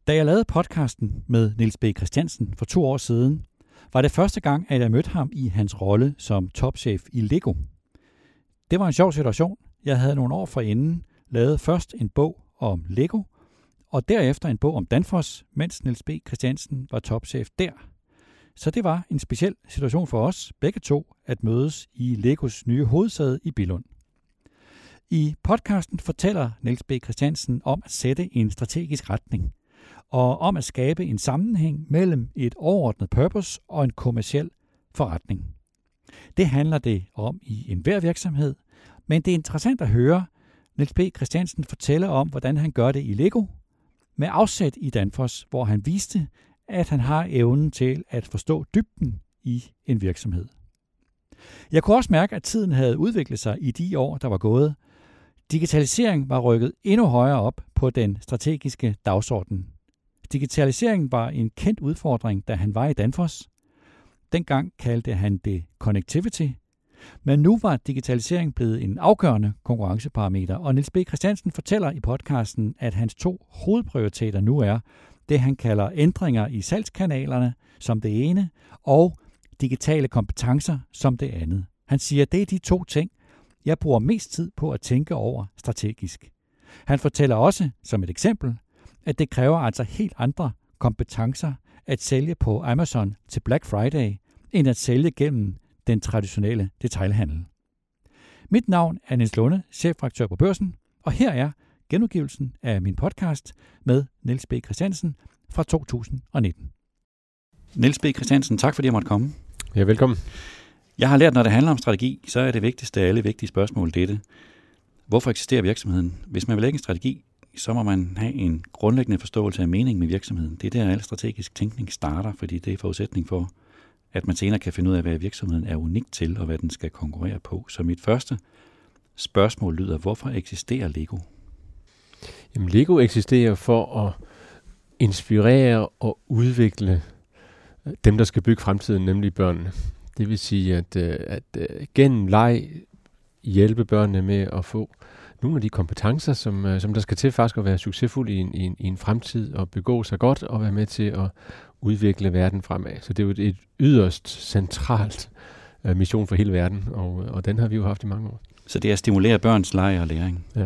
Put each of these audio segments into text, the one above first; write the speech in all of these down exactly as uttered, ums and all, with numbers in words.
Da jeg lavede podcasten med Niels B. Christiansen for to år siden, var det første gang, at jeg mødte ham i hans rolle som topchef i Lego. Det var en sjov situation. Jeg havde nogle år forinden lavet først en bog om Lego, og derefter en bog om Danfoss, mens Niels B. Christiansen var topchef der. Så det var en speciel situation for os begge to at mødes i Legos nye hovedsæde i Billund. I podcasten fortæller Niels B. Christiansen om at sætte en strategisk retning, og om at skabe en sammenhæng mellem et overordnet purpose og en kommerciel forretning. Det handler det om i enhver virksomhed, men det er interessant at høre Niels B. Christiansen fortælle om, hvordan han gør det i Lego, med afsæt i Danfoss, hvor han viste, at han har evnen til at forstå dybden i en virksomhed. Jeg kunne også mærke, at tiden havde udviklet sig i de år, der var gået. Digitalisering var rykket endnu højere op på den strategiske dagsorden. Digitalisering var en kendt udfordring, da han var i Danfoss. Dengang kaldte han det connectivity, men nu var digitalisering blevet en afgørende konkurrenceparameter, og Niels B. Christiansen fortæller i podcasten, at hans to hovedprioriteter nu er det, han kalder ændringer i salgskanalerne som det ene, og digitale kompetencer som det andet. Han siger, at det er de to ting, jeg bruger mest tid på at tænke over strategisk. Han fortæller også, som et eksempel, at det kræver altså helt andre kompetencer at sælge på Amazon til Black Friday, end at sælge gennem den traditionelle detailhandel. Mit navn er Niels Lunde, chefredaktør på Børsen, og her er genudgivelsen af min podcast med Niels B. Christiansen fra to tusind og nitten. Niels B. Christiansen, tak fordi jeg måtte komme. Ja, velkommen. Jeg har lært, når det handler om strategi, så er det vigtigste af alle vigtige spørgsmål dette. Hvorfor eksisterer virksomheden? Hvis man vil lægge en strategi, så må man have en grundlæggende forståelse af meningen med virksomheden. Det er der, al strategisk tænkning starter, fordi det er forudsætning for, at man senere kan finde ud af, hvad virksomheden er unik til, og hvad den skal konkurrere på. Så mit første spørgsmål lyder, hvorfor eksisterer Lego? Jamen, Lego eksisterer for at inspirere og udvikle dem, der skal bygge fremtiden, nemlig børnene. Det vil sige, at, at, at gennem leg hjælpe børnene med at få nogle af de kompetencer, som, som der skal til faktisk at være succesfuld i en, i, en, i en fremtid, og begå sig godt og være med til at udvikle verden fremad. Så det er jo et, et yderst centralt uh, mission for hele verden, og, og den har vi jo haft i mange år. Så det er at stimulere børns leg og læring. Ja.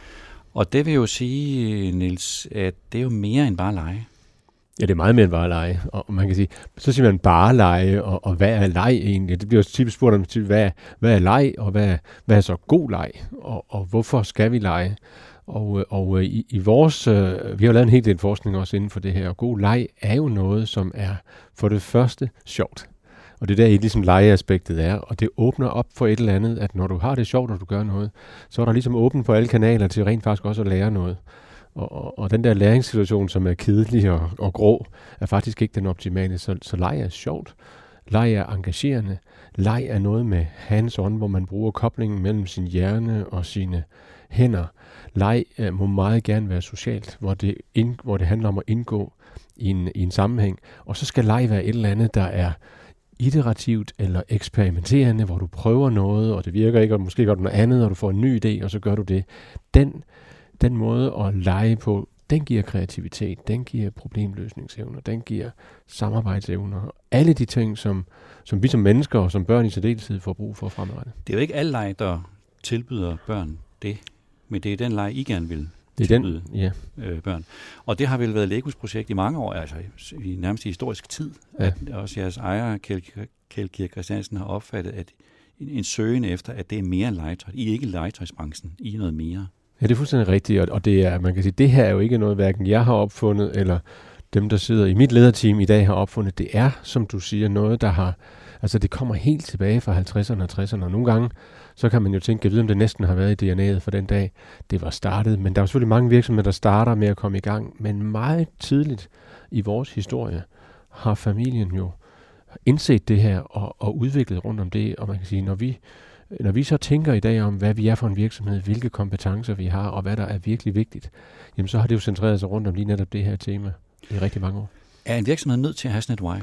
Og det vil jo sige, Niels, at det er jo mere end bare lege. Ja, det er meget mere end bare lege, og man kan sige, så siger man bare lege, og, og hvad er leg egentlig? Det bliver jo typisk spurgt om, hvad, hvad er leg, og hvad, hvad er så god leg, og, og hvorfor skal vi lege? Og, og i, i vores, øh, vi har lavet en hel del forskning også inden for det her, og god leg er jo noget, som er for det første sjovt. Og det er der i ligesom legeaspektet er, og det åbner op for et eller andet, at når du har det sjovt, når du gør noget, så er der ligesom åbent på alle kanaler til rent faktisk også at lære noget. Og, og, og den der læringssituation, som er kedelig og, og grå, er faktisk ikke den optimale. Så, så leg er sjovt. Leg er engagerende. Leg er noget med hands-on, hvor man bruger koblingen mellem sin hjerne og sine hænder. Leg uh, må meget gerne være socialt, hvor det, ind, hvor det handler om at indgå i en, i en sammenhæng. Og så skal leg være et eller andet, der er iterativt eller eksperimenterende, hvor du prøver noget, og det virker ikke, og måske gør du noget andet, og du får en ny idé, og så gør du det. Den Den måde at lege på, den giver kreativitet, den giver problemløsningsevner, den giver samarbejdsevner. Alle de ting, som, som vi som mennesker og som børn i særdeleshed får brug for fremadrettet. Det er jo ikke alle leg, der tilbyder børn det, men det er den leg, I gerne vil det er tilbyde den, ja. øh, børn. Og det har vel været Legos projekt i mange år, altså i nærmest i historisk tid. Ja. At også jeres ejer, Kjeld Kirk Christiansen, har opfattet, at en, en søgen efter, at det er mere end legetøj. I er ikke legetøjsbranchen, I er noget mere. Ja, det er fuldstændig rigtigt, og det er, man kan sige, det her er jo ikke noget, hverken jeg har opfundet, eller dem, der sidder i mit lederteam i dag har opfundet. Det er, som du siger, noget, der har, altså det kommer helt tilbage fra halvtredserne og tresserne, og nogle gange, så kan man jo tænke, jeg ved, om det næsten har været i D N A'et for den dag, det var startet, men der er selvfølgelig mange virksomheder, der starter med at komme i gang, men meget tidligt i vores historie har familien jo indset det her og, og udviklet rundt om det, og man kan sige, når vi Når vi så tænker i dag om, hvad vi er for en virksomhed, hvilke kompetencer vi har, og hvad der er virkelig vigtigt, jamen så har det jo centreret sig rundt om lige netop det her tema i rigtig mange år. Er en virksomhed nødt til at have sådan et why?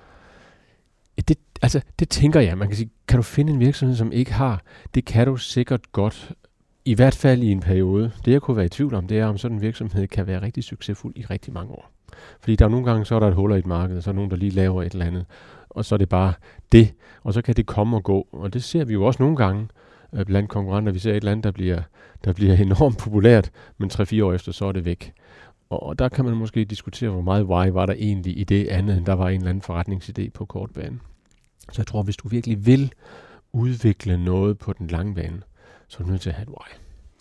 Ja, det, altså, det tænker jeg. Man kan sige, kan du finde en virksomhed, som ikke har? Det kan du sikkert godt, i hvert fald i en periode. Det jeg kunne være i tvivl om, det er, om sådan en virksomhed kan være rigtig succesfuld i rigtig mange år. Fordi der er nogle gange, så er der et hul i et marked, så er nogen, der lige laver et eller andet, og så er det bare det, og så kan det komme og gå. Og det ser vi jo også nogle gange øh, blandt konkurrenter. Vi ser et eller andet, der bliver, der bliver enormt populært, men tre-fire år efter, så er det væk. Og der kan man måske diskutere, hvor meget why var der egentlig i det andet, end der var en eller anden forretningsidé på kortbanen. Så jeg tror, hvis du virkelig vil udvikle noget på den lange bane, så er du nødt til at have et why.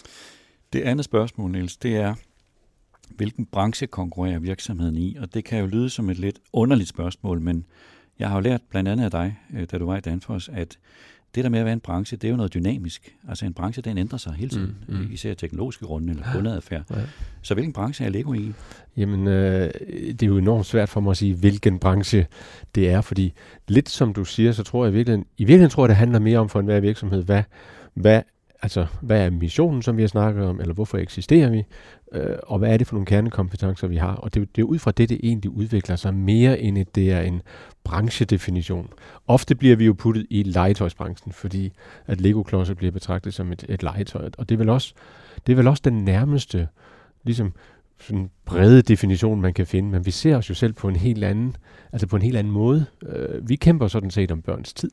Det andet spørgsmål, Niels, det er, hvilken branche konkurrerer virksomheden i? Og det kan jo lyde som et lidt underligt spørgsmål, men jeg har jo lært blandt andet af dig, da du var i Danfoss, at det der med at være en branche, det er jo noget dynamisk. Altså en branche, den ændrer sig hele tiden, mm, mm. især teknologiske grunde eller kundeadfærd. Ja. Så hvilken branche er Lego i? Jamen, øh, det er jo enormt svært for mig at sige, hvilken branche det er, fordi lidt som du siger, så tror jeg i virkeligheden, i virkeligheden tror jeg, det handler mere om for enhver virksomhed, hvad, hvad, altså, hvad er missionen, som vi har snakket om, eller hvorfor eksisterer vi, øh, og hvad er det for nogle kernekompetencer, vi har. Og det, det er ud fra det, det egentlig udvikler sig mere, end at det er en branchedefinition. Ofte bliver vi jo puttet i legetøjsbranchen, fordi at Lego-klodser bliver betragtet som et, et legetøj. Og det er vel også, det er vel også den nærmeste, ligesom sådan brede definition, man kan finde. Men vi ser os jo selv på en helt anden, altså på en helt anden måde. Uh, vi kæmper sådan set om børns tid.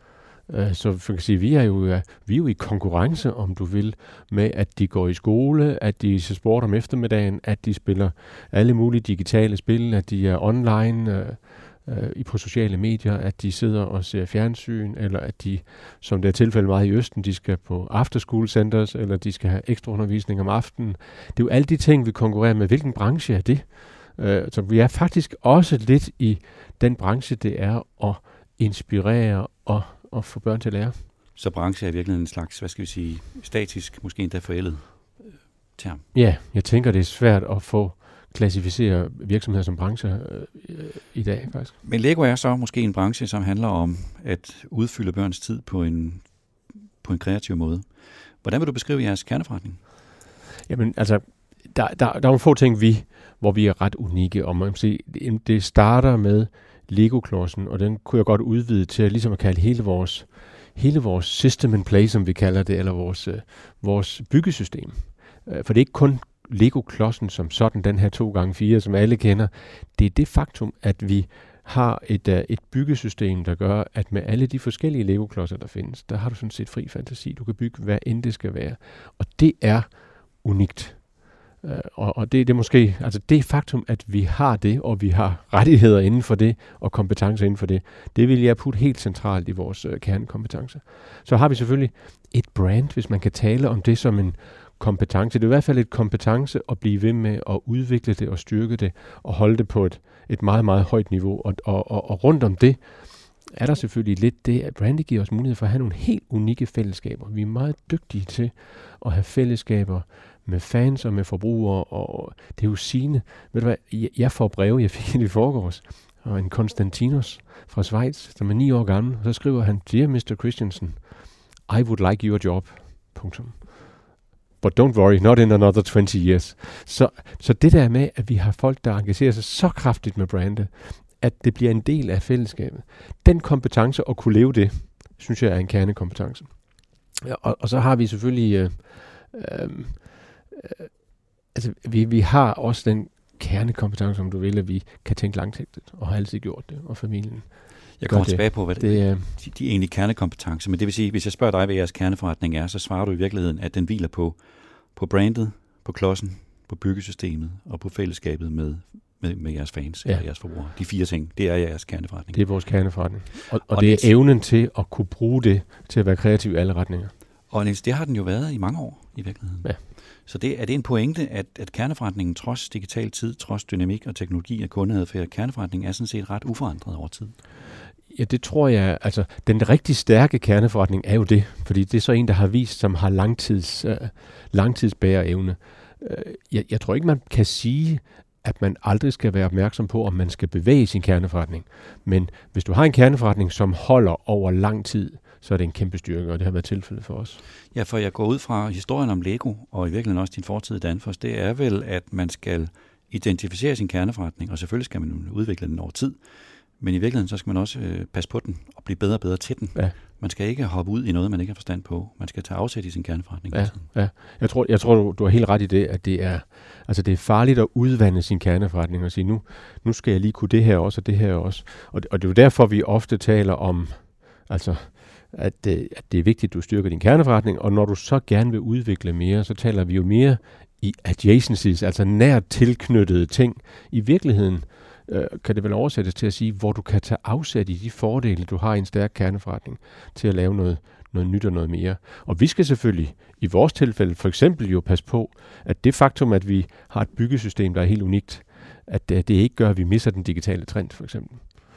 Uh, så for kan sige, vi er jo uh, vi er jo i konkurrence, om du vil, med at de går i skole, at de ser sport om eftermiddagen, at de spiller alle mulige digitale spil, at de er online, uh, Øh, på sociale medier, at de sidder og ser fjernsyn, eller at de, som det er tilfældet meget i Østen, de skal på afterschool centers, eller de skal have ekstra undervisning om aftenen. Det er jo alle de ting, vi konkurrerer med. Hvilken branche er det? Øh, så vi er faktisk også lidt i den branche, det er at inspirere og, og få børn til at lære. Så branche er virkelig en slags, hvad skal vi sige, statisk, måske endda forældet term? Ja, jeg tænker, det er svært at få klassificere virksomheder som brancher øh, i dag, faktisk. Men Lego er så måske en branche, som handler om at udfylde børns tid på en, på en kreativ måde. Hvordan vil du beskrive jeres kerneforretning? Jamen, altså, der, der, der er nogle få ting, vi, hvor vi er ret unikke. Og man kan sige, det starter med Lego-klodsen, og den kunne jeg godt udvide til at, ligesom at kalde hele vores, hele vores system in play, som vi kalder det, eller vores, øh, vores byggesystem. For det er ikke kun Lego-klodsen som sådan, den her to gange fire, som alle kender. Det er det faktum, at vi har et, uh, et byggesystem, der gør, at med alle de forskellige Lego-klodser, der findes, der har du sådan set fri fantasi. Du kan bygge, hvad end det skal være. Og det er unikt. Uh, og og det, det er måske, altså det faktum, at vi har det, og vi har rettigheder inden for det, og kompetencer inden for det, det vil jeg putte helt centralt i vores uh, kernekompetencer. Så har vi selvfølgelig et brand, hvis man kan tale om det som en kompetence. Det er i hvert fald et kompetence at blive ved med at udvikle det og styrke det og holde det på et, et meget, meget højt niveau. Og, og, og, og rundt om det er der selvfølgelig lidt det, at brandet giver os mulighed for at have nogle helt unikke fællesskaber. Vi er meget dygtige til at have fællesskaber med fans og med forbrugere, og det er jo sigende. Ved du hvad, jeg får breve, jeg fik i forgårs, og en Konstantinos fra Schweiz, som er ni år gammel, og så skriver han, Dear mister Christensen, I would like your job. Punktum. But don't worry, not in another twenty years. Så, så det der med, at vi har folk, der engagerer sig så kraftigt med brandet, at det bliver en del af fællesskabet. Den kompetence at kunne leve det, synes jeg er en kernekompetence. Og, og så har vi selvfølgelig, øh, øh, øh, altså vi, vi har også den kernekompetence, om du vil, at vi kan tænke langsigtet, og har altid gjort det, og familien. Jeg kommer tilbage på, hvad det, det er. De, de egentlig kernekompetencer, men det vil sige, hvis jeg spørger dig, hvad jeres kerneforretning er, så svarer du i virkeligheden, at den hviler på, på brandet, på klodsen, på byggesystemet og på fællesskabet med, med, med jeres fans, ja, eller jeres forbrugere. De fire ting, det er jeres kerneforretning. Det er vores kerneforretning. Og, og, og det Niels, er evnen til at kunne bruge det til at være kreativ i alle retninger. Og Niels, det har den jo været i mange år i virkeligheden. Ja. Så det, er det en pointe, at, at kerneforretningen, trods digital tid, trods dynamik og teknologi og kundeadfærd, kerneforretningen er sådan set ret uforandret over tid? Ja, det tror jeg, altså den rigtig stærke kerneforretning er jo det, fordi det er så en, der har vist, som har langtids, øh, langtidsbæreevne. Øh, jeg, jeg tror ikke, man kan sige, at man aldrig skal være opmærksom på, om man skal bevæge sin kerneforretning. Men hvis du har en kerneforretning, som holder over lang tid, så er det en kæmpe styrke, og det har været tilfældet for os. Ja, for jeg går ud fra historien om Lego, og i virkeligheden også din fortid i Danfoss, det er vel, at man skal identificere sin kerneforretning, og selvfølgelig skal man udvikle den over tid. Men i virkeligheden, så skal man også øh, passe på den og blive bedre og bedre til den. Ja. Man skal ikke hoppe ud i noget, man ikke har forstand på. Man skal tage afsæt i sin kerneforretning. Ja, ja. Jeg tror, jeg tror du, du har helt ret i det, at det er, altså det er farligt at udvande sin kerneforretning og sige, nu, nu skal jeg lige kunne det her også og det her også. Og, og det er jo derfor, vi ofte taler om, altså, at, det, at det er vigtigt, at du styrker din kerneforretning, og når du så gerne vil udvikle mere, så taler vi jo mere i adjacencies, altså nært tilknyttede ting. I virkeligheden øh, kan det vel oversættes til at sige, hvor du kan tage afsæt i de fordele, du har i en stærk kerneforretning, til at lave noget, noget nyt og noget mere. Og vi skal selvfølgelig i vores tilfælde for eksempel jo passe på, at det faktum, at vi har et byggesystem, der er helt unikt, at det, det ikke gør, at vi misser den digitale trend for eksempel.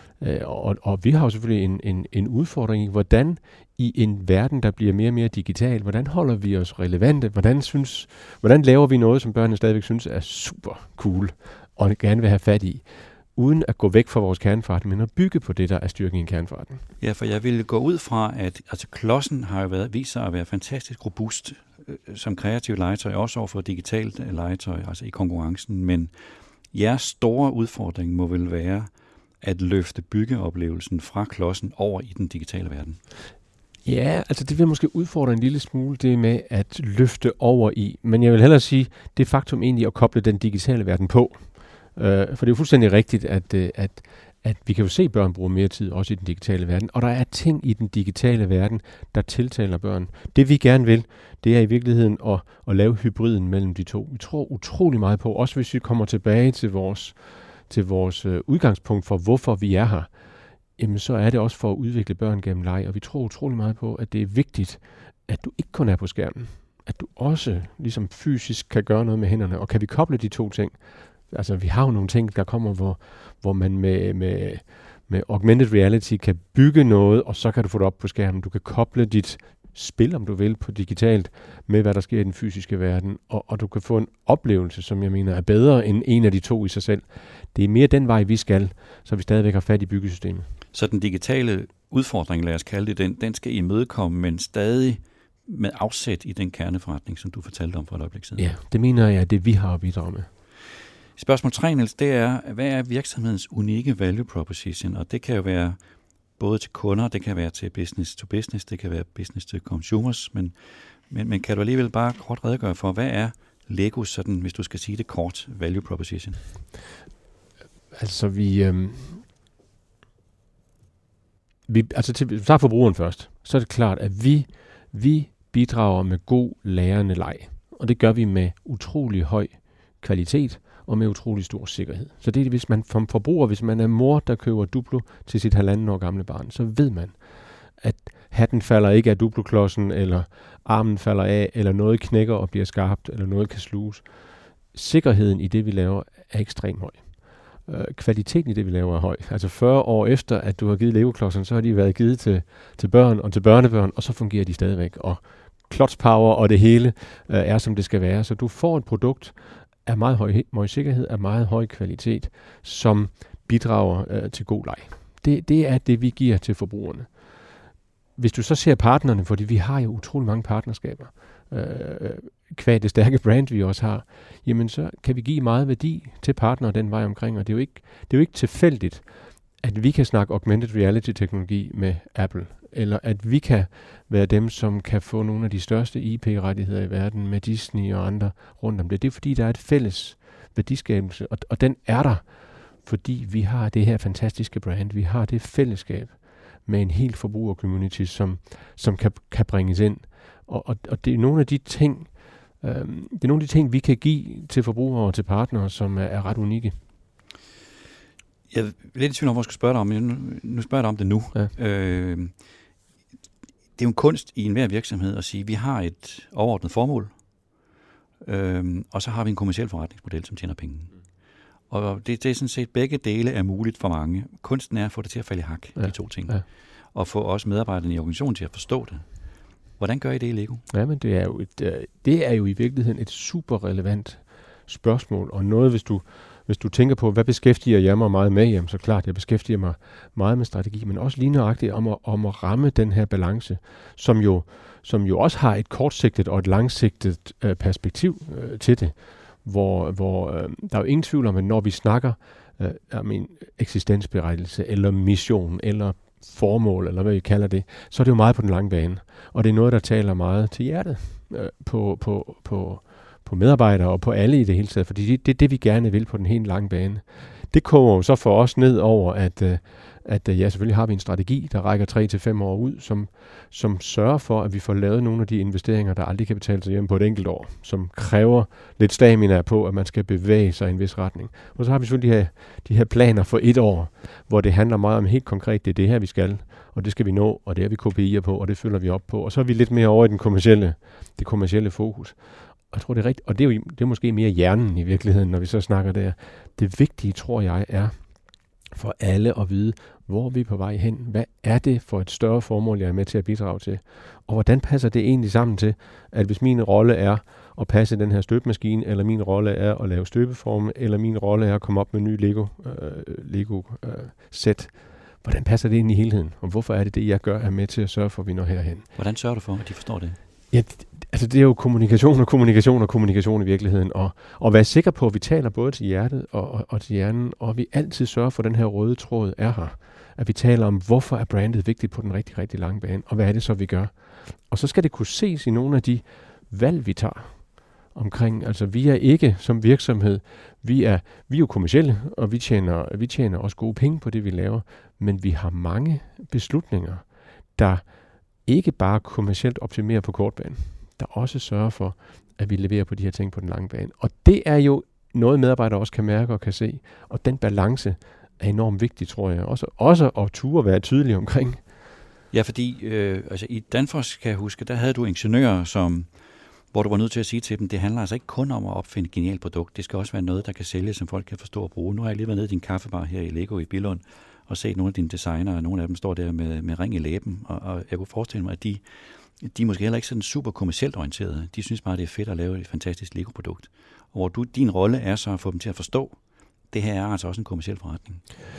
Og, og vi har jo selvfølgelig en, en, en udfordring i, hvordan i en verden, der bliver mere og mere digital, hvordan holder vi os relevante, hvordan, synes, hvordan laver vi noget, som børnene stadigvæk synes er super cool, og gerne vil have fat i, uden at gå væk fra vores kerneforretning, men at bygge på det, der er styrken i en kerneforretning. Ja, for jeg vil gå ud fra, at altså, klodsen har jo været, vist sig at være fantastisk robust øh, som kreativt legetøj, også over for digitalt øh, legetøj, altså i konkurrencen, men jeres store udfordring må vel være at løfte byggeoplevelsen fra klodsen over i den digitale verden. Ja, altså det vil måske udfordre en lille smule det med at løfte over i, men jeg vil hellere sige, det faktum egentlig at koble den digitale verden på. Uh, for det er jo fuldstændig rigtigt, at, at, at vi kan jo se, at børn bruger mere tid også i den digitale verden, og der er ting i den digitale verden, der tiltaler børn. Det vi gerne vil, det er i virkeligheden at, at lave hybriden mellem de to. Vi tror utrolig meget på, også hvis vi kommer tilbage til vores til vores øh, udgangspunkt for, hvorfor vi er her, jamen så er det også for at udvikle børn gennem leg, og vi tror utrolig meget på, at det er vigtigt, at du ikke kun er på skærmen, at du også ligesom fysisk kan gøre noget med hænderne, og kan vi koble de to ting? Altså vi har jo nogle ting, der kommer, hvor, hvor man med, med, med augmented reality kan bygge noget, og så kan du få det op på skærmen. Du kan koble dit spil, om du vil, på digitalt, med hvad der sker i den fysiske verden, og, og du kan få en oplevelse, som jeg mener er bedre end en af de to i sig selv. Det er mere den vej, vi skal, så vi stadigvæk har fat i byggesystemet. Så den digitale udfordring, lad os kalde det, den, den skal imødekomme, men stadig med afsæt i den kerneforretning, som du fortalte om for et øjeblik siden. Ja, det mener jeg er det, vi har at bidrage med. Spørgsmål tre, Niels, det er, hvad er virksomhedens unikke value proposition? Og det kan jo være både til kunder, det kan være til business to business, det kan være business to consumers, men, men, men kan du alligevel bare kort redegøre for, hvad er Legos, sådan, hvis du skal sige det kort, value proposition? Altså vi, øhm, vi altså til, tager forbrugeren først, så er det klart, at vi, vi bidrager med god lærende leg, og det gør vi med utrolig høj kvalitet og med utrolig stor sikkerhed. Så det er, hvis man som forbruger, hvis man er mor, der køber Duplo til sit halvanden år gamle barn, så ved man, at hatten falder ikke af Duplo-klodsen, eller armen falder af, eller noget knækker og bliver skarpt, eller noget kan sluges. Sikkerheden i det, vi laver, er ekstremt høj. Øh, kvaliteten i det, vi laver, er høj. Altså fyrre år efter, at du har givet Lego-klodserne, så har de været givet til, til børn og til børnebørn, og så fungerer de stadigvæk. Og klodspower og det hele øh, er, som det skal være. Så du får et produkt af meget høj, høj sikkerhed, af meget høj kvalitet, som bidrager øh, til god leg. Det, det er det, vi giver til forbrugerne. Hvis du så ser partnerne, fordi vi har jo utrolig mange partnerskaber, øh, kvad det stærke brand, vi også har, jamen så kan vi give meget værdi til partnere den vej omkring, og det er jo ikke, det er jo ikke tilfældigt, at vi kan snakke augmented reality-teknologi med Apple, eller at vi kan være dem, som kan få nogle af de største I P-rettigheder i verden med Disney og andre rundt om det. Det er fordi, der er et fælles værdiskabelse, og, og den er der, fordi vi har det her fantastiske brand, vi har det fællesskab med en helt forbruger-community, som, som kan, kan bringes ind. Og, og, og det er nogle af de ting, øh, det er nogle af de ting, vi kan give til forbrugere og til partnere, som er, er ret unikke. Jeg er lidt i tvivl om, hvor jeg skal spørge dig om, men nu, nu spørger jeg dig om det nu. Ja. Øh, det er jo en kunst i enhver virksomhed at sige, at vi har et overordnet formål, øh, og så har vi en kommerciel forretningsmodel, som tjener penge. Og det, det er sådan set, begge dele er muligt for mange. Kunsten er at få det til at falde i hak, ja. de to ting. Ja. Og få også medarbejderne i organisationen til at forstå det. Hvordan gør I det i Lego? Ja, men det er jo, et, det er jo i virkeligheden et super relevant spørgsmål, og noget, hvis du, hvis du tænker på, hvad beskæftiger jeg mig meget med, jamen så klart, jeg beskæftiger mig meget med strategi, men også lige nøjagtigt om at, om at ramme den her balance, som jo, som jo også har et kortsigtet og et langsigtet øh, perspektiv øh, til det, hvor, hvor øh, der er jo ingen tvivl om, at når vi snakker øh, I mean, eksistensberettigelse, eller mission, eller formål, eller hvad vi kalder det, så er det jo meget på den lange bane. Og det er noget, der taler meget til hjertet øh, på, på, på, på medarbejdere og på alle i det hele taget, fordi det er det, vi gerne vil på den helt lange bane. Det kommer jo så for os ned over, at, at ja, selvfølgelig har vi en strategi, der rækker tre til fem år ud, som, som sørger for, at vi får lavet nogle af de investeringer, der aldrig kan betale sig hjem på et enkelt år, som kræver lidt stamina på, at man skal bevæge sig i en vis retning. Og så har vi selvfølgelig de her, de her planer for et år, hvor det handler meget om helt konkret, det er det her, vi skal, og det skal vi nå, og det er vi K P I'er på, og det følger vi op på. Og så er vi lidt mere over i den kommercielle, det kommercielle fokus. Jeg tror, det er rigtigt, og det er jo det er måske mere hjernen i virkeligheden, når vi så snakker der. Det vigtige, tror jeg, er for alle at vide, hvor vi er på vej hen. Hvad er det for et større formål, jeg er med til at bidrage til? Og hvordan passer det egentlig sammen til, at hvis min rolle er at passe den her støbemaskine, eller min rolle er at lave støbeforme, eller min rolle er at komme op med ny Lego, øh, Lego øh, sæt, hvordan passer det ind i helheden? Og hvorfor er det det, jeg gør, er med til at sørge for, at vi når herhen? Hvordan sørger du for, at de forstår det? Ja, altså det er jo kommunikation og kommunikation og kommunikation i virkeligheden, og, og være sikker på, at vi taler både til hjertet og, og, og til hjernen, og at vi altid sørger for, at den her røde tråd er her. At vi taler om, hvorfor er brandet vigtigt på den rigtig, rigtig lange bane, og hvad er det så, vi gør. Og så skal det kunne ses i nogle af de valg, vi tager omkring. Altså vi er ikke som virksomhed, vi er, vi er jo kommercielle, og vi tjener, vi tjener også gode penge på det, vi laver, men vi har mange beslutninger, der ikke bare kommercielt optimerer på kortbanen, der også sørger for, at vi leverer på de her ting på den lange bane. Og det er jo noget, medarbejdere også kan mærke og kan se. Og den balance er enormt vigtig, tror jeg. Også, også at ture være tydelig omkring. Ja, fordi øh, altså i Danfoss, kan jeg huske, der havde du ingeniører, som, hvor du var nødt til at sige til dem, det handler altså ikke kun om at opfinde et genialt produkt. Det skal også være noget, der kan sælges, som folk kan forstå og bruge. Nu har jeg lige været nede i din kaffebar her i Lego i Billund, og set nogle af dine designere, og nogle af dem står der med, med ring i læben, og, og jeg kunne forestille mig, at de, de er måske heller ikke sådan super kommercielt orienterede. De synes bare, det er fedt at lave et fantastisk Lego-produkt. Og hvor du, din rolle er så at få dem til at forstå, det her er altså også en kommerciel forretning.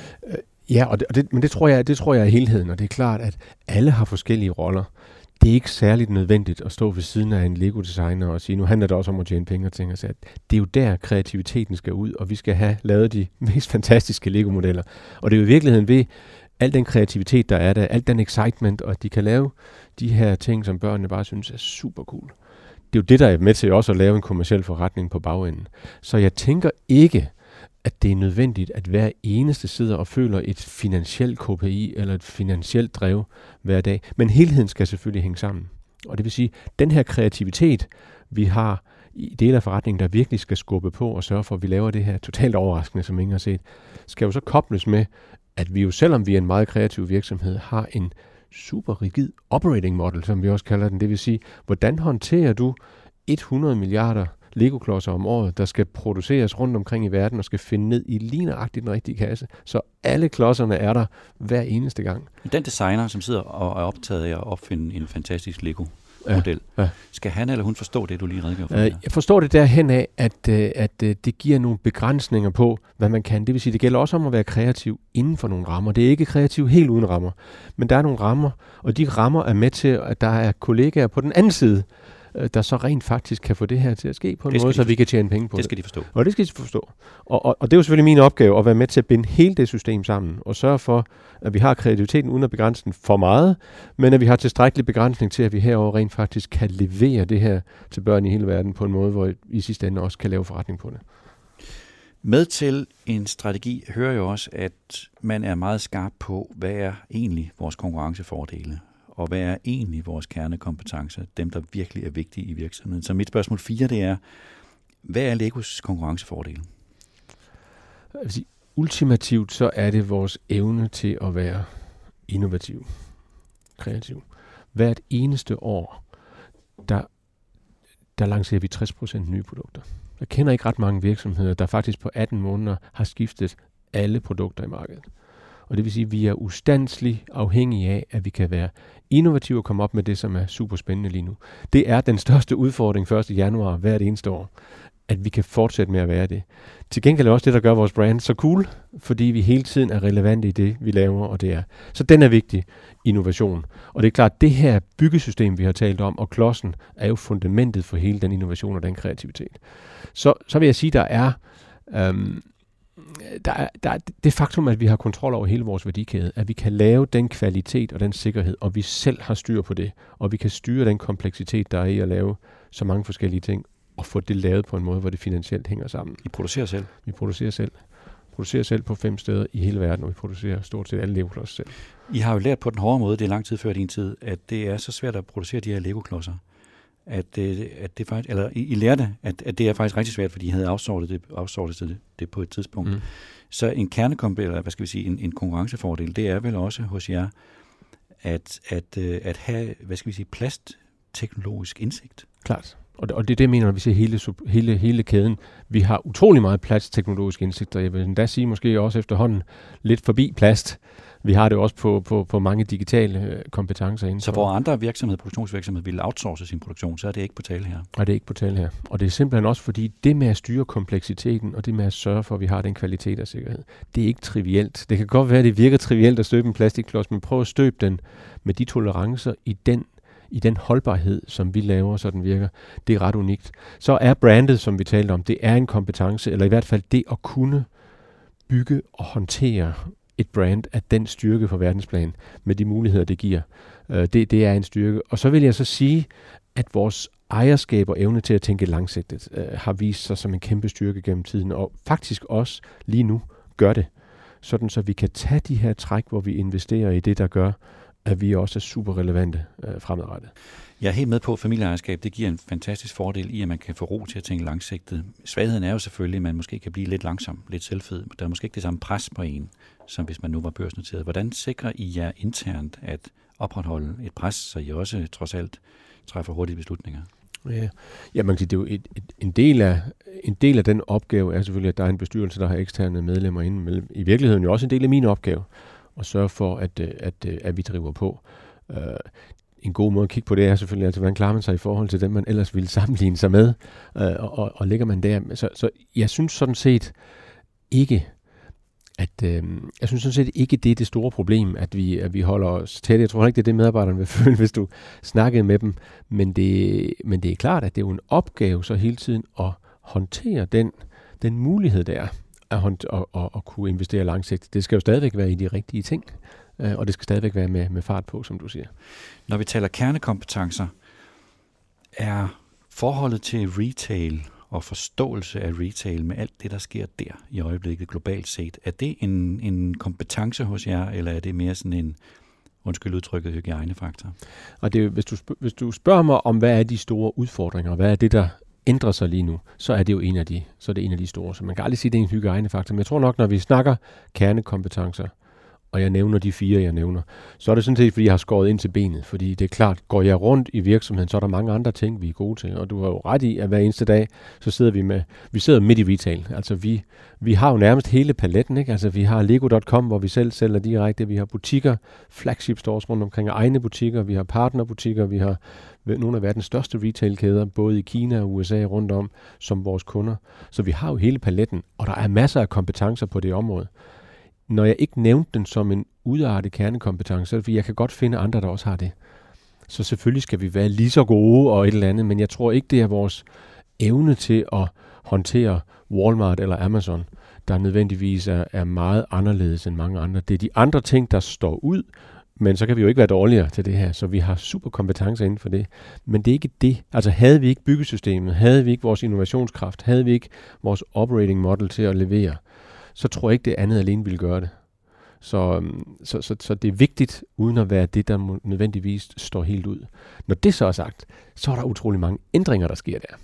Ja, og det, og det, men det tror, jeg, det tror jeg er helheden, og det er klart, at alle har forskellige roller. Det er ikke særligt nødvendigt at stå ved siden af en Lego-designer og sige, nu handler det også om at tjene penge og ting og sager. Det er jo der, kreativiteten skal ud, og vi skal have lavet de mest fantastiske Lego-modeller. Og det er jo i virkeligheden ved al den kreativitet, der er der, al den excitement, og at de kan lave de her ting, som børnene bare synes er super cool. Det er jo det, der er med til også at lave en kommerciel forretning på bagenden. Så jeg tænker ikke, at det er nødvendigt, at hver eneste sidder og føler et finansielt K P I eller et finansielt drev hver dag. Men helheden skal selvfølgelig hænge sammen. Og det vil sige, at den her kreativitet, vi har i dele af forretningen, der virkelig skal skubbe på og sørge for, at vi laver det her totalt overraskende, som ingen har set, skal jo så kobles med, at vi jo, selvom vi er en meget kreativ virksomhed, har en super rigid operating model, som vi også kalder den. Det vil sige, hvordan håndterer du hundrede milliarder Lego-klodser om året, der skal produceres rundt omkring i verden og skal finde ned i lige nøjagtigt den rigtige kasse. Så alle klodserne er der hver eneste gang. Den designer, som sidder og er optaget af at opfinde en fantastisk Lego-model, ja, ja. Skal han eller hun forstå det, du lige redegjorde for? Jeg forstår det derhen af, at, at det giver nogle begrænsninger på, hvad man kan. Det vil sige, det gælder også om at være kreativ inden for nogle rammer. Det er ikke kreativ helt uden rammer, men der er nogle rammer, og de rammer er med til, at der er kollegaer på den anden side, der så rent faktisk kan få det her til at ske på en måde, så vi kan tjene penge på det. Det skal de forstå. Og det skal de forstå. Og, og, og det er jo selvfølgelig min opgave at være med til at binde hele det system sammen, og sørge for, at vi har kreativiteten uden at begrænse den for meget, men at vi har tilstrækkelig begrænsning til, at vi herover rent faktisk kan levere det her til børn i hele verden på en måde, hvor vi i sidste ende også kan lave forretning på det. Med til en strategi hører jo også, at man er meget skarp på, hvad er egentlig vores konkurrencefordele, og hvad er egentlig vores kernekompetencer, dem der virkelig er vigtige i virksomheden. Så mit spørgsmål fire, det er, hvad er Legos konkurrencefordele? Altså, ultimativt så er det vores evne til at være innovativ, kreativ. Hvert eneste år, der, der lancerer vi tres procent nye produkter. Jeg kender ikke ret mange virksomheder, der faktisk på atten måneder har skiftet alle produkter i markedet. Og det vil sige, at vi er ustandsligt afhængige af, at vi kan være innovative og komme op med det, som er super spændende lige nu. Det er den største udfordring første januar hvert eneste år, at vi kan fortsætte med at være det. Til gengæld er også det, der gør vores brand så cool, fordi vi hele tiden er relevante i det, vi laver, og det er. Så den er vigtig, innovation. Og det er klart, at det her byggesystem, vi har talt om, og klodsen, er jo fundamentet for hele den innovation og den kreativitet. Så, så vil jeg sige, der er... Øhm, der er, der er det faktum, at vi har kontrol over hele vores værdikæde, at vi kan lave den kvalitet og den sikkerhed, og vi selv har styr på det, og vi kan styre den kompleksitet, der er i at lave så mange forskellige ting, og få det lavet på en måde, hvor det finansielt hænger sammen. I producerer selv? Vi producerer selv. Vi producerer selv på fem steder i hele verden, og vi producerer stort set alle Lego-klodser selv. I har jo lært på den hårde måde, det er lang tid før din tid, at det er så svært at producere de her Lego-klodser. At, at det faktisk, eller I, I lærte, at, at det er faktisk rigtig svært, fordi I havde outsourcet det, outsourcet det, det på et tidspunkt. Mm. Så en kernekomp, eller hvad skal vi sige, en, en konkurrencefordel, det er vel også hos jer, at, at, at have, hvad skal vi sige, plastteknologisk indsigt. Klart. Og det, og det er det, jeg mener, når vi ser hele, hele, hele kæden. Vi har utrolig meget plastteknologisk indsigt, og jeg vil endda sige måske også efterhånden lidt forbi plast. Vi har det også på, på, på mange digitale kompetencer inden. Så hvor andre virksomheder, produktionsvirksomheder ville outsource sin produktion, så er det ikke på tale her? Nej, det er ikke på tale her. Og det er simpelthen også fordi, det med at styre kompleksiteten, og det med at sørge for, at vi har den kvalitet og sikkerhed, det er ikke trivielt. Det kan godt være, at det virker trivielt at støbe en plastikklods, men prøv at støbe den med de tolerancer i den i den holdbarhed, som vi laver, så den virker. Det er ret unikt. Så er brandet, som vi talte om, det er en kompetence, eller i hvert fald det at kunne bygge og håndtere et brand af den styrke på verdensplan, med de muligheder, det giver. Det, det er en styrke. Og så vil jeg så sige, at vores ejerskab og evne til at tænke langsigtet øh, har vist sig som en kæmpe styrke gennem tiden, og faktisk også lige nu gør det. Sådan så vi kan tage de her træk, hvor vi investerer i det, der gør, at vi også er super relevante øh, fremadrettet. Jeg er helt med på, at familieejerskab det giver en fantastisk fordel i, at man kan få ro til at tænke langsigtet. Svagheden er jo selvfølgelig, at man måske kan blive lidt langsom, lidt selvfed. Der er måske ikke det samme pres på en, som hvis man nu var børsnoteret. Hvordan sikrer I jer internt at opretholde et pres, så I også trods alt træffer hurtige beslutninger? Ja, ja man kan sige, det er jo et, et, en, del af, en del af den opgave er selvfølgelig, at der er en bestyrelse, der har eksterne medlemmer inde. I virkeligheden jo også en del af min opgave og sørge for, at, at, at vi driver på. Uh, en god måde at kigge på det er selvfølgelig, altså, hvordan klarer man sig i forhold til dem, man ellers ville sammenligne sig med, uh, og, og ligger man der. Så, så jeg synes sådan set ikke, at uh, jeg synes sådan set ikke, det er det store problem, at vi, at vi holder os tæt. Jeg tror ikke, det er det, medarbejderne vil føle, hvis du snakkede med dem. Men det, men det er klart, at det er jo en opgave så hele tiden at håndtere den, den mulighed, der er. At, at, at, at kunne investere langsigtet. Det skal jo stadigvæk være i de rigtige ting, øh, og det skal stadigvæk være med, med fart på, som du siger. Når vi taler kernekompetencer, er forholdet til retail og forståelse af retail med alt det, der sker der i øjeblikket globalt set, er det en, en kompetence hos jer, eller er det mere sådan en, undskyld udtrykket, hygiejnefaktor? Og det, hvis, du spørger, hvis du spørger mig om, hvad er de store udfordringer, hvad er det, der ændrer sig lige nu, så er det jo en af de, så er det en af de store. Så man kan aldrig sige, at det er en hygiejnefaktor. Men jeg tror nok, når vi snakker kernekompetencer, og jeg nævner de fire, jeg nævner, så er det sådan set, fordi jeg har skåret ind til benet. Fordi det er klart, går jeg rundt i virksomheden, så er der mange andre ting, vi er gode til. Og du har jo ret i, at hver eneste dag, så sidder vi med, vi sidder midt i retail. Altså vi, vi har jo nærmest hele paletten, ikke? Altså vi har lego punktum com, hvor vi selv sælger direkte. Vi har butikker, flagship stores rundt omkring, egne butikker. Vi har partnerbutikker. Vi har nogle af verdens største retailkæder, både i Kina og U S A rundt om, som vores kunder. Så vi har jo hele paletten, og der er masser af kompetencer på det område. Når jeg ikke nævnte den som en udartet kernekompetence, så er det fordi, jeg kan godt finde andre, der også har det. Så selvfølgelig skal vi være lige så gode og et eller andet, men jeg tror ikke, det er vores evne til at håndtere Walmart eller Amazon, der nødvendigvis er, er meget anderledes end mange andre. Det er de andre ting, der står ud, men så kan vi jo ikke være dårligere til det her, så vi har super kompetencer inden for det. Men det er ikke det. Altså havde vi ikke byggesystemet, havde vi ikke vores innovationskraft, havde vi ikke vores operating model til at levere, så tror jeg ikke, det andet alene ville gøre det. Så, så, så, så det er vigtigt, uden at være det, der nødvendigvis står helt ud. Når det så er sagt, så er der utrolig mange ændringer, der sker der.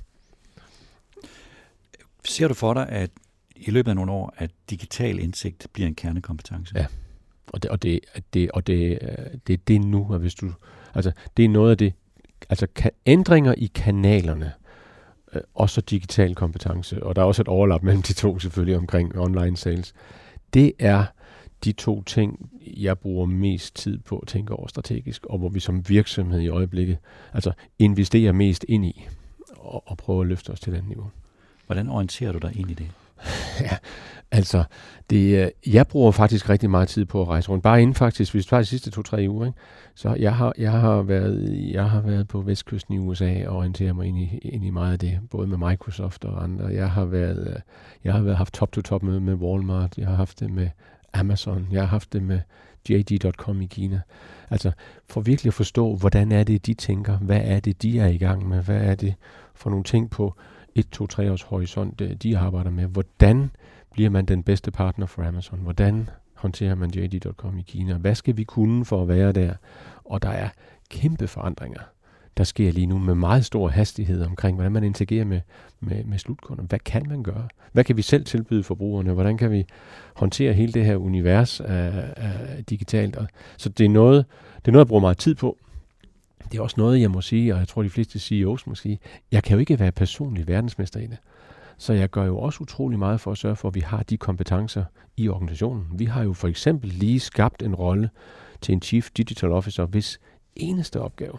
Ser du for dig, at i løbet af nogle år, at digital indsigt bliver en kernekompetence? Ja, og det, og det, det, og det, det er det nu, og hvis du, altså, det er noget af det, altså kan, ændringer i kanalerne, og så digital kompetence, og der er også et overlap mellem de to selvfølgelig omkring online sales. Det er de to ting, jeg bruger mest tid på at tænke over strategisk, og hvor vi som virksomhed i øjeblikket altså investerer mest ind i, og, og prøver at løfte os til den niveau. Hvordan orienterer du dig ind i det? Ja, Altså, det, jeg bruger faktisk rigtig meget tid på at rejse rundt. Bare inden faktisk, hvis vi tager de sidste to-tre uger, ikke? Så jeg har, jeg, har været, jeg har været på vestkysten i U S A og orienteret mig ind i, ind i meget af det, både med Microsoft og andre. Jeg har været, jeg har været, haft top-to-top møde med Walmart, jeg har haft det med Amazon, jeg har haft det med J D punktum com i Kina. Altså, for virkelig at forstå, hvordan er det, de tænker, hvad er det, de er i gang med, hvad er det for nogle ting på et, to, tre års horisont, de arbejder med, hvordan bliver man den bedste partner for Amazon? Hvordan håndterer man J D punktum com i Kina? Hvad skal vi kunne for at være der? Og der er kæmpe forandringer, der sker lige nu med meget stor hastighed omkring, hvordan man interagerer med, med, med slutkunder. Hvad kan man gøre? Hvad kan vi selv tilbyde forbrugerne? Hvordan kan vi håndtere hele det her univers af, af digitalt? Og, så det er, noget, det er noget, jeg bruger meget tid på. Det er også noget, jeg må sige, og jeg tror, de fleste C E O's må sige, jeg kan jo ikke være personlig verdensmester i det. Så jeg gør jo også utrolig meget for at sørge for, at vi har de kompetencer i organisationen. Vi har jo for eksempel lige skabt en rolle til en Chief Digital Officer, hvis eneste opgave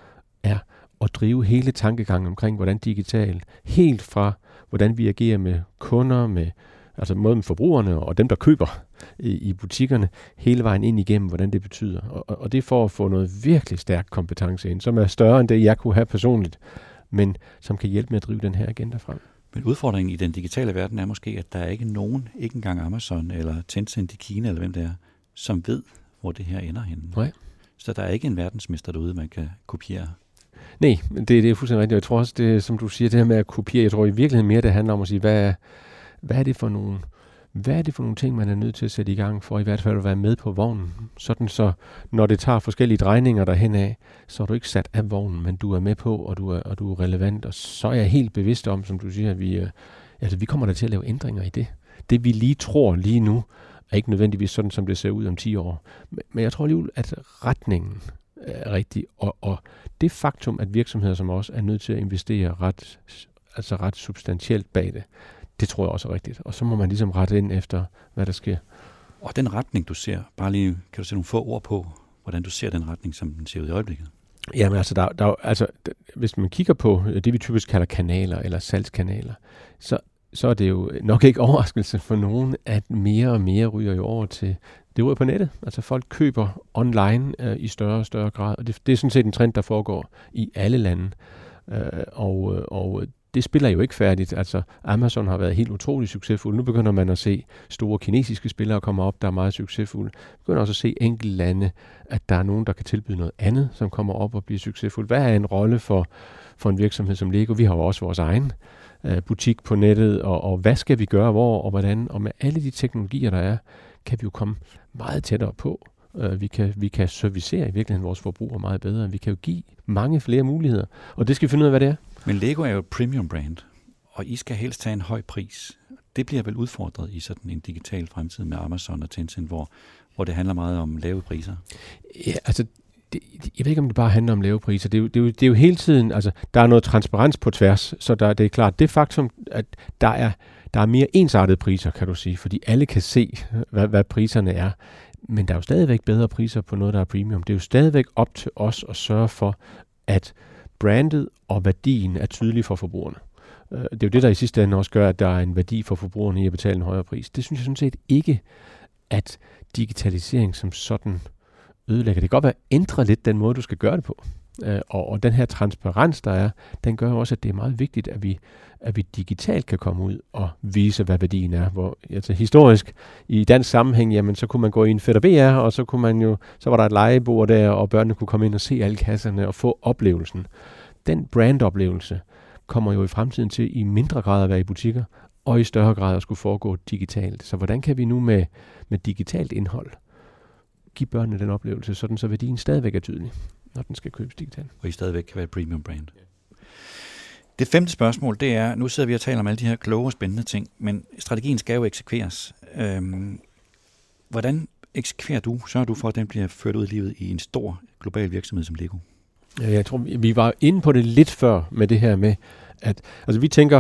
er at drive hele tankegangen omkring, hvordan digital, helt fra hvordan vi agerer med kunder, med altså både med forbrugerne og dem, der køber i, i butikkerne, hele vejen ind igennem, hvordan det betyder. Og, og det er for at få noget virkelig stærk kompetence ind, som er større end det, jeg kunne have personligt, men som kan hjælpe med at drive den her agenda frem. Men udfordringen i den digitale verden er måske, at der er ikke nogen, ikke engang Amazon eller Tencent i Kina, eller hvem det er, som ved, hvor det her ender henne. Nej. Så der er ikke en verdensmester derude, man kan kopiere. Nej, det, det er fuldstændig rigtigt. Jeg tror også, det, som du siger, det her med at kopiere, jeg tror i virkeligheden mere, det handler om at sige, hvad er, hvad er det for nogle, hvad er det for nogle ting, man er nødt til at sætte i gang for i hvert fald at være med på vognen. Sådan så, når det tager forskellige drejninger derhen af, så er du ikke sat af vognen, men du er med på, og du er, og du er relevant. Og så er jeg helt bevidst om, som du siger, at vi, altså, vi kommer der til at lave ændringer i det. Det vi lige tror lige nu, er ikke nødvendigvis sådan, som det ser ud om ti år. Men jeg tror alligevel, at retningen er rigtig, og, og det faktum, at virksomheder som os er nødt til at investere ret, altså ret substantielt bag det, det tror jeg også er rigtigt. Og så må man ligesom rette ind efter, hvad der sker. Og den retning, du ser, bare lige, kan du sætte nogle få ord på, hvordan du ser den retning, som den ser ud i øjeblikket? Jamen altså, der, der, altså, hvis man kigger på det, vi typisk kalder kanaler eller salgskanaler, så, så er det jo nok ikke overraskelse for nogen, at mere og mere ryger jo over til det ryger på nettet. Altså folk køber online øh, i større og større grad, og det, det er sådan set en trend, der foregår i alle lande. Øh, og, og det spiller jo ikke færdigt. Altså Amazon har været helt utrolig succesfuld. Nu begynder man at se store kinesiske spillere komme op, der er meget succesfulde. Man begynder også at se enkelte lande, at der er nogen, der kan tilbyde noget andet, som kommer op og bliver succesfulde. Hvad er en rolle for, for en virksomhed som Lego? Vi har jo også vores egen øh, butik på nettet, og, og hvad skal vi gøre, hvor og hvordan? Og med alle de teknologier, der er, kan vi jo komme meget tættere på. Uh, vi, kan, vi kan servicere i virkeligheden vores forbrugere meget bedre. Vi kan jo give mange flere muligheder. Og det skal vi finde ud af, hvad det er. Men Lego er jo et premium brand, og I skal helst have en høj pris. Det bliver vel udfordret i sådan en digital fremtid med Amazon og Tencent, hvor, hvor det handler meget om lave priser. Ja, altså, det, jeg ved ikke, om det bare handler om lave priser. Det er jo, det er jo, det er jo hele tiden, altså, der er noget transparens på tværs, så der, det er klart, det faktum, at der er, der er mere ensartede priser, kan du sige, fordi alle kan se, hvad, hvad priserne er. Men der er jo stadigvæk bedre priser på noget, der er premium. Det er jo stadigvæk op til os at sørge for, at brandet og værdien er tydelig for forbrugerne. Det er jo det, der i sidste ende også gør, at der er en værdi for forbrugerne i at betale en højere pris. Det synes jeg sådan set ikke, at digitalisering som sådan ødelægger. Det kan godt være at ændre lidt den måde, du skal gøre det på. Og, og den her transparens, der er, den gør også, at det er meget vigtigt, at vi, at vi digitalt kan komme ud og vise, hvad værdien er. Hvor, altså historisk, i dansk sammenhæng, jamen, så kunne man gå i en Fætter B R, og så, kunne man jo, så var der et legebord der, og børnene kunne komme ind og se alle kasserne og få oplevelsen. Den brandoplevelse kommer jo i fremtiden til i mindre grad at være i butikker, og i større grad at skulle foregå digitalt. Så hvordan kan vi nu med, med digitalt indhold give børnene den oplevelse, sådan så værdien stadigvæk er tydelig, når den skal købes digitalt. Og I stadigvæk kan være et premium brand. Ja. Det femte spørgsmål, det er, nu sidder vi og taler om alle de her kloge og spændende ting, men strategien skal jo eksekveres. Øhm, hvordan eksekverer du, sørger du for, at den bliver ført ud i livet i en stor global virksomhed som Lego? Ja, jeg tror, vi var inde på det lidt før med det her med, at altså vi tænker,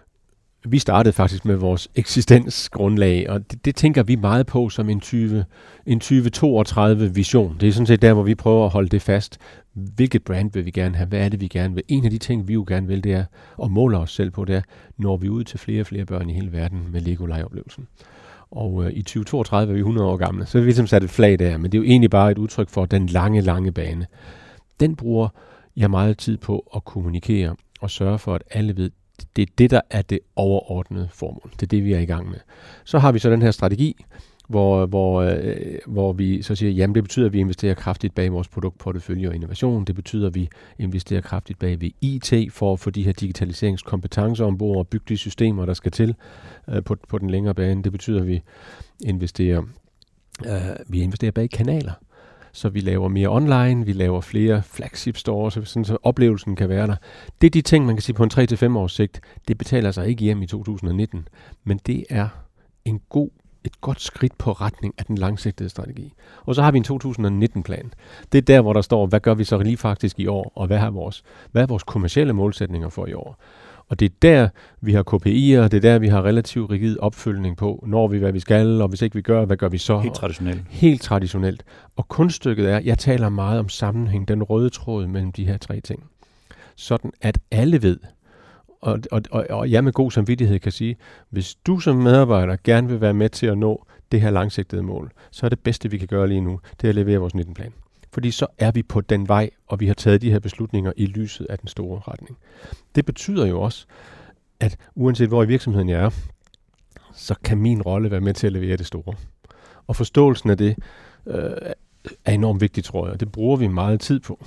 vi startede faktisk med vores eksistensgrundlag, og det, det tænker vi meget på som en, tyve, en tyve toogtredive vision. Det er sådan set der, hvor vi prøver at holde det fast. Hvilket brand vil vi gerne have? Hvad er det, vi gerne vil? En af de ting, vi jo gerne vil, det er, og måler os selv på, det er, når vi ud til flere og flere børn i hele verden med Lego legeoplevelsen. Og øh, i tyve toogtredive er vi hundrede år gamle. Så har vi ligesom sat et flag der, men det er jo egentlig bare et udtryk for den lange, lange bane. Den bruger jeg meget tid på at kommunikere og sørge for, at alle ved, det er det, der er det overordnede formål. Det er det, vi er i gang med. Så har vi så den her strategi, hvor, hvor, øh, hvor vi så siger, jamen det betyder, at vi investerer kraftigt bag vores produktportefølje og innovation. Det betyder, at vi investerer kraftigt bag ved I T for at få de her digitaliseringskompetencer ombord og bygge de systemer, der skal til øh, på, på den længere bane. Det betyder, at vi investerer, øh, vi investerer bag kanaler. Så vi laver mere online, vi laver flere flagship stores, sådan så oplevelsen kan være der. Det er de ting, man kan sige på en tre til fem års sigt. Det betaler sig ikke hjem i to tusind nitten, men det er en god, et godt skridt på retning af den langsigtede strategi. Og så har vi en to tusind nitten-plan. Det er der, hvor der står, hvad gør vi så lige faktisk i år, og hvad er vores, hvad er vores kommercielle målsætninger for i år. Og det er der, vi har K P I'er, det er der, vi har relativt rigid opfølgning på, når vi, hvad vi skal, og hvis ikke vi gør, hvad gør vi så? Helt traditionelt. Helt traditionelt. Og kunststykket er, jeg taler meget om sammenhæng, den røde tråd mellem de her tre ting. Sådan at alle ved, og, og, og, og jeg med god samvittighed kan sige, hvis du som medarbejder gerne vil være med til at nå det her langsigtede mål, så er det bedste, vi kan gøre lige nu, det er at levere vores nitten-plan. Fordi så er vi på den vej, og vi har taget de her beslutninger i lyset af den store retning. Det betyder jo også, at uanset hvor i virksomheden jeg er, så kan min rolle være med til at levere det store. Og forståelsen af det øh, er enormt vigtigt, tror jeg, og det bruger vi meget tid på.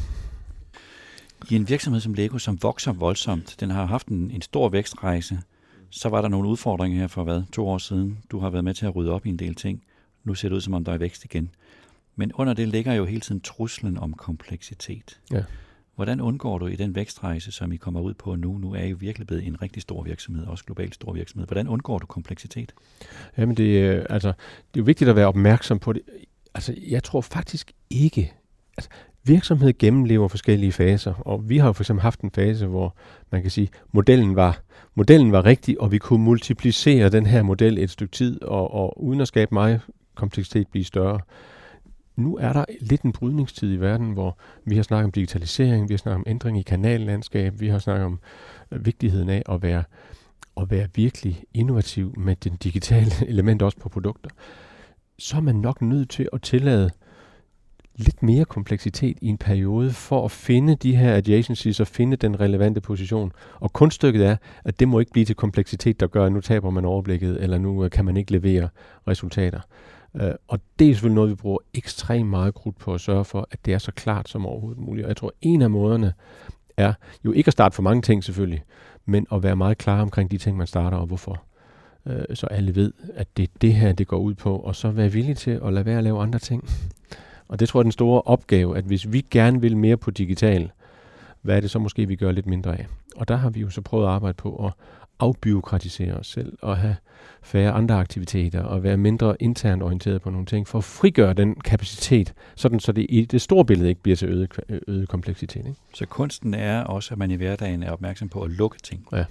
I en virksomhed som Lego, som vokser voldsomt, den har haft en, en stor vækstrejse, så var der nogle udfordringer her for hvad, to år siden. Du har været med til at rydde op i en del ting. Nu ser det ud, som om der er vækst igen. Men under det ligger jo hele tiden truslen om kompleksitet. Ja. Hvordan undgår du i den vækstrejse, som I kommer ud på nu? Nu er I jo virkelig blevet en rigtig stor virksomhed, også globalt stor virksomhed. Hvordan undgår du kompleksitet? Jamen det, altså, det er jo vigtigt at være opmærksom på det. Altså, jeg tror faktisk ikke, altså, virksomhed gennemlever forskellige faser, og vi har jo for eksempel haft en fase, hvor man kan sige, modellen var, modellen var rigtig, og vi kunne multiplicere den her model et stykke tid, og, og uden at skabe meget kompleksitet blive større. Nu er der lidt en brydningstid i verden, hvor vi har snakket om digitalisering, vi har snakket om ændring i kanallandskab, vi har snakket om vigtigheden af at være, at være virkelig innovativ med den digitale element også på produkter. Så er man nok nødt til at tillade lidt mere kompleksitet i en periode for at finde de her adjacencies og finde den relevante position. Og kunststykket er, at det må ikke blive til kompleksitet, der gør, at nu taber man overblikket, eller nu kan man ikke levere resultater. Uh, og det er selvfølgelig noget, vi bruger ekstremt meget krudt på at sørge for, at det er så klart som overhovedet muligt. Og jeg tror, en af måderne er jo ikke at starte for mange ting selvfølgelig, men at være meget klar omkring de ting, man starter og hvorfor. Uh, så alle ved, at det er det her, det går ud på, og så være villig til at lade være at lave andre ting. Og det tror jeg er den store opgave, at hvis vi gerne vil mere på digital, hvad er det så måske, vi gør lidt mindre af? Og der har vi jo så prøvet at arbejde på at afbureaukratisere os selv og have færre andre aktiviteter og være mindre internt orienteret på nogle ting, for at frigøre den kapacitet, sådan så det i det store billede ikke bliver til øget, øget kompleksitet. Ikke? Så kunsten er også, at man i hverdagen er opmærksom på at lukke ting. Ja.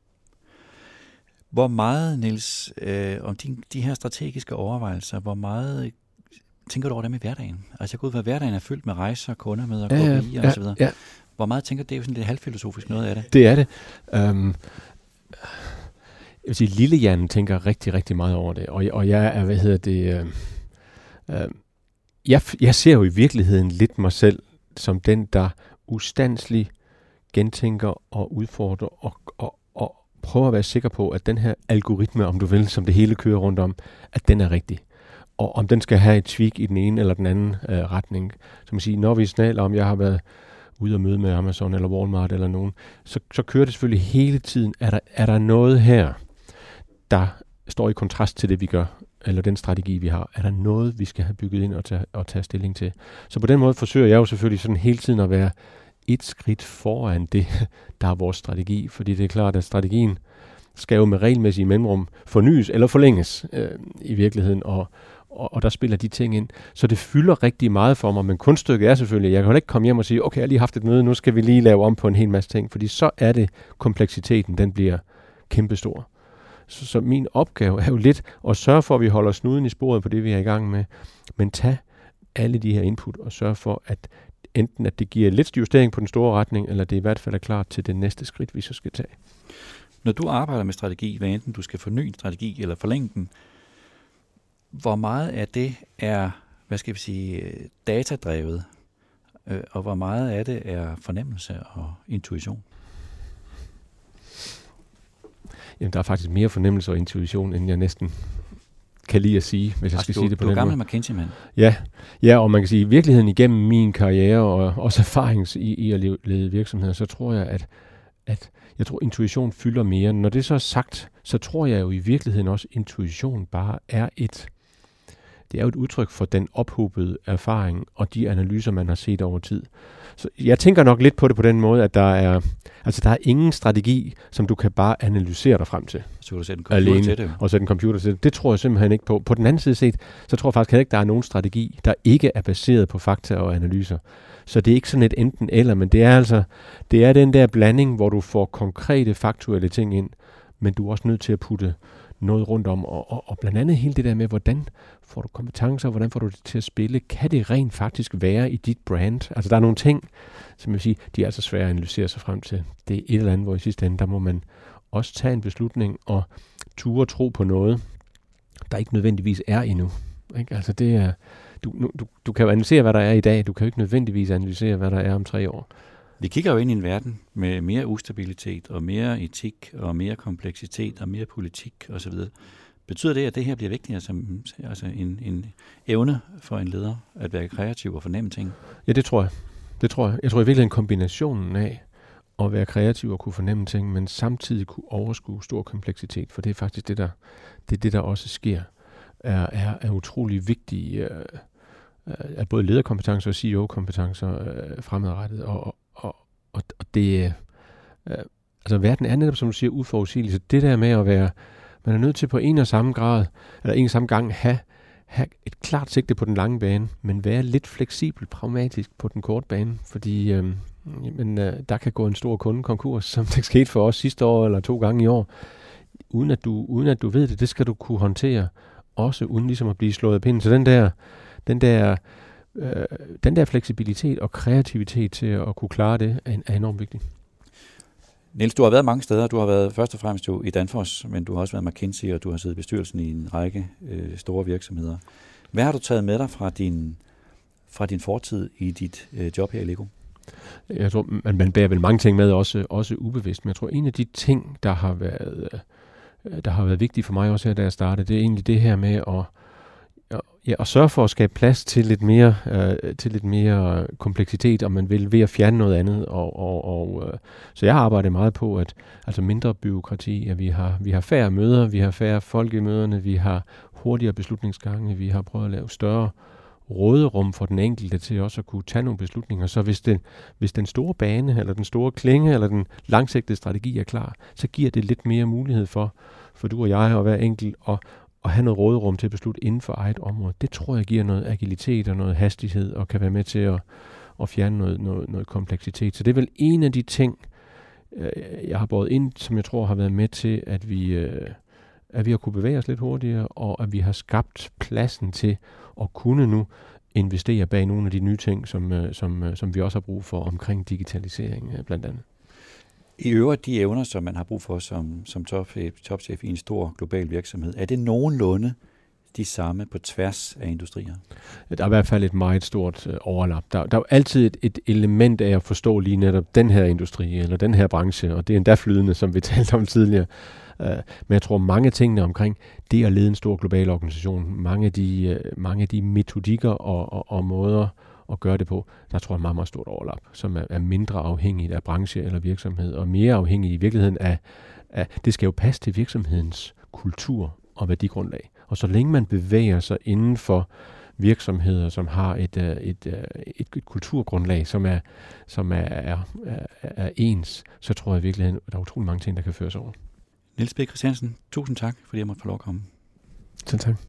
Hvor meget, Niels, øh, om de, de her strategiske overvejelser, hvor meget tænker du over dem i hverdagen? Altså jeg går ud fra, at hverdagen er fyldt med rejser, kunder med og ja, K P I'er ja, og så videre. Ja. Hvor meget tænker du, det er jo sådan lidt halvfilosofisk noget af det? Det er det. Um, jeg vil sige, lillehjernen tænker rigtig, rigtig meget over det. Og, og jeg er, hvad hedder det, uh, uh, jeg, jeg ser jo i virkeligheden lidt mig selv som den, der ustandsligt gentænker og udfordrer og, og, og prøver at være sikker på, at den her algoritme, om du vil, som det hele kører rundt om, at den er rigtig. Og om den skal have et tweak i den ene eller den anden uh, retning. Så man siger, når vi snakker om, jeg har været ude og møde med Amazon eller Walmart eller nogen, så, så kører det selvfølgelig hele tiden. Er der, er der noget her, der står i kontrast til det, vi gør, eller den strategi, vi har? Er der noget, vi skal have bygget ind og tage, og tage stilling til? Så på den måde forsøger jeg jo selvfølgelig sådan hele tiden at være et skridt foran det, der er vores strategi. Fordi det er klart, at strategien skal jo med regelmæssige mellemrum fornyes eller forlænges øh, i virkeligheden, og Og, og der spiller de ting ind. Så det fylder rigtig meget for mig, men kunststykket er selvfølgelig, jeg kan ikke komme hjem og sige, okay, jeg har lige haft et møde, nu skal vi lige lave om på en hel masse ting, fordi så er det kompleksiteten, den bliver kæmpestor. Så, så min opgave er jo lidt at sørge for, at vi holder snuden i sporet på det, vi er i gang med, men tag alle de her input og sørge for, at enten at det giver lidt justering på den store retning, eller det i hvert fald er klar til det næste skridt, vi så skal tage. Når du arbejder med strategi, hvad enten du skal forny en strategi eller forlænge den, hvor meget af det er, hvad skal vi sige, datadrevet, øh, og hvor meget af det er fornemmelse og intuition? Jamen, der er faktisk mere fornemmelse og intuition, end jeg næsten kan lide at sige, hvis jeg skal du, sige det på du den måde. Du er gammel McKinsey-mand. Ja, ja, og man kan sige, at i virkeligheden igennem min karriere og også erfaring i, i at lede virksomheder, så tror jeg, at, at jeg tror, intuition fylder mere. Når det så er sagt, så tror jeg jo i virkeligheden også, at intuition bare er et, det er jo et udtryk for den ophobede erfaring og de analyser, man har set over tid. Så jeg tænker nok lidt på det på den måde, at der er, altså der er ingen strategi, som du kan bare analysere dig frem til. Så du sætte en computer alene, til det. Og sætte en computer til det. Det tror jeg simpelthen ikke på. På den anden side set, så tror jeg faktisk heller ikke, der er nogen strategi, der ikke er baseret på fakta og analyser. Så det er ikke sådan et enten eller, men det er altså, det er den der blanding, hvor du får konkrete faktuelle ting ind, men du er også nødt til at putte noget rundt om, og, og, og blandt andet hele det der med, hvordan får du kompetencer, hvordan får du det til at spille, kan det rent faktisk være i dit brand? Altså der er nogle ting, som jeg vil sige, de er altså svære at analysere sig frem til. Det er et eller andet, hvor i sidste ende, der må man også tage en beslutning og ture og tro på noget, der ikke nødvendigvis er endnu. Ikke? Altså det er, du, du, du kan jo analysere, hvad der er i dag, du kan jo ikke nødvendigvis analysere, hvad der er om tre år. Vi kigger jo ind i en verden med mere ustabilitet og mere etik og mere kompleksitet og mere politik osv. Betyder det, at det her bliver vigtigere som altså en, en evne for en leder at være kreativ og fornemme ting? Ja, det tror jeg. Det tror jeg. Jeg tror i virkeligheden kombinationen af at være kreativ og kunne fornemme ting, men samtidig kunne overskue stor kompleksitet, for det er faktisk det, der, det, er det, der også sker, er, er, er utrolig vigtige øh, af både lederkompetencer og C E O-kompetencer øh, fremadrettet. Og, og, og, og det øh, altså verden er netop, som du siger, uforudsigelig. Så det der med at være, man er nødt til på en og samme grad, eller en og samme gang, have, have et klart sigte på den lange bane, men være lidt fleksibel, pragmatisk på den korte bane, fordi øh, jamen, øh, der kan gå en stor kunde konkurs, som det skete for os sidste år eller to gange i år, uden at du, uden at du ved det. Det skal du kunne håndtere, også uden ligesom at blive slået af pinden. Så den der, den der, øh, den der fleksibilitet og kreativitet til at kunne klare det, er, er enormt vigtigt. Niels, du har været mange steder. Du har været først og fremmest jo i Danfoss, men du har også været McKinsey, og du har siddet i bestyrelsen i en række øh, store virksomheder. Hvad har du taget med dig fra din, fra din fortid i dit øh, job her i Lego? Jeg tror, man, man bærer vel mange ting med, også, også ubevidst, men jeg tror, en af de ting, der har været, øh, der har været vigtigt for mig også her, da jeg startede, det er egentlig det her med at Ja, og sørge for at skabe plads til lidt mere, øh, til lidt mere kompleksitet, om man vil, ved at fjerne noget andet. Og, og, og, øh, så jeg har arbejdet meget på, at altså mindre byråkrati, at vi har, vi har færre møder, vi har færre folk i møderne, vi har hurtigere beslutningsgange, vi har prøvet at lave større råderum for den enkelte til også at kunne tage nogle beslutninger. Så hvis den, hvis den store bane, eller den store klinge, eller den langsigtede strategi er klar, så giver det lidt mere mulighed for, for du og jeg og hver enkelt at at have noget råderum til at beslutte inden for eget område. Det tror jeg giver noget agilitet og noget hastighed, og kan være med til at, at fjerne noget, noget, noget kompleksitet. Så det er vel en af de ting, jeg har båret ind, som jeg tror har været med til, at vi, at vi har kunne bevæge os lidt hurtigere, og at vi har skabt pladsen til at kunne nu investere bag nogle af de nye ting, som, som, som vi også har brug for omkring digitalisering blandt andet. I øvrigt de evner, som man har brug for som, som topchef, topchef i en stor global virksomhed, er det nogenlunde de samme på tværs af industrier? Der er i hvert fald et meget stort øh, overlap. Der, der er jo altid et, et element af at forstå lige netop den her industri, eller den her branche, og det er endda flydende, som vi talte om tidligere. Uh, men jeg tror, mange af tingene omkring det at lede en stor global organisation, mange af de, uh, mange af de metodikker og, og, og måder at gøre det på, der tror jeg meget, meget stort overlap, som er, er mindre afhængigt af branche eller virksomhed, og mere afhængigt i virkeligheden af, af, det skal jo passe til virksomhedens kultur og værdigrundlag. Og så længe man bevæger sig inden for virksomheder, som har et, et, et, et, et kulturgrundlag, som er, som er, er, er, er ens, så tror jeg i virkeligheden, at der er utrolig mange ting, der kan føres over. Niels B. Christiansen, tusind tak, fordi jeg måtte få lov at komme. Selv tak.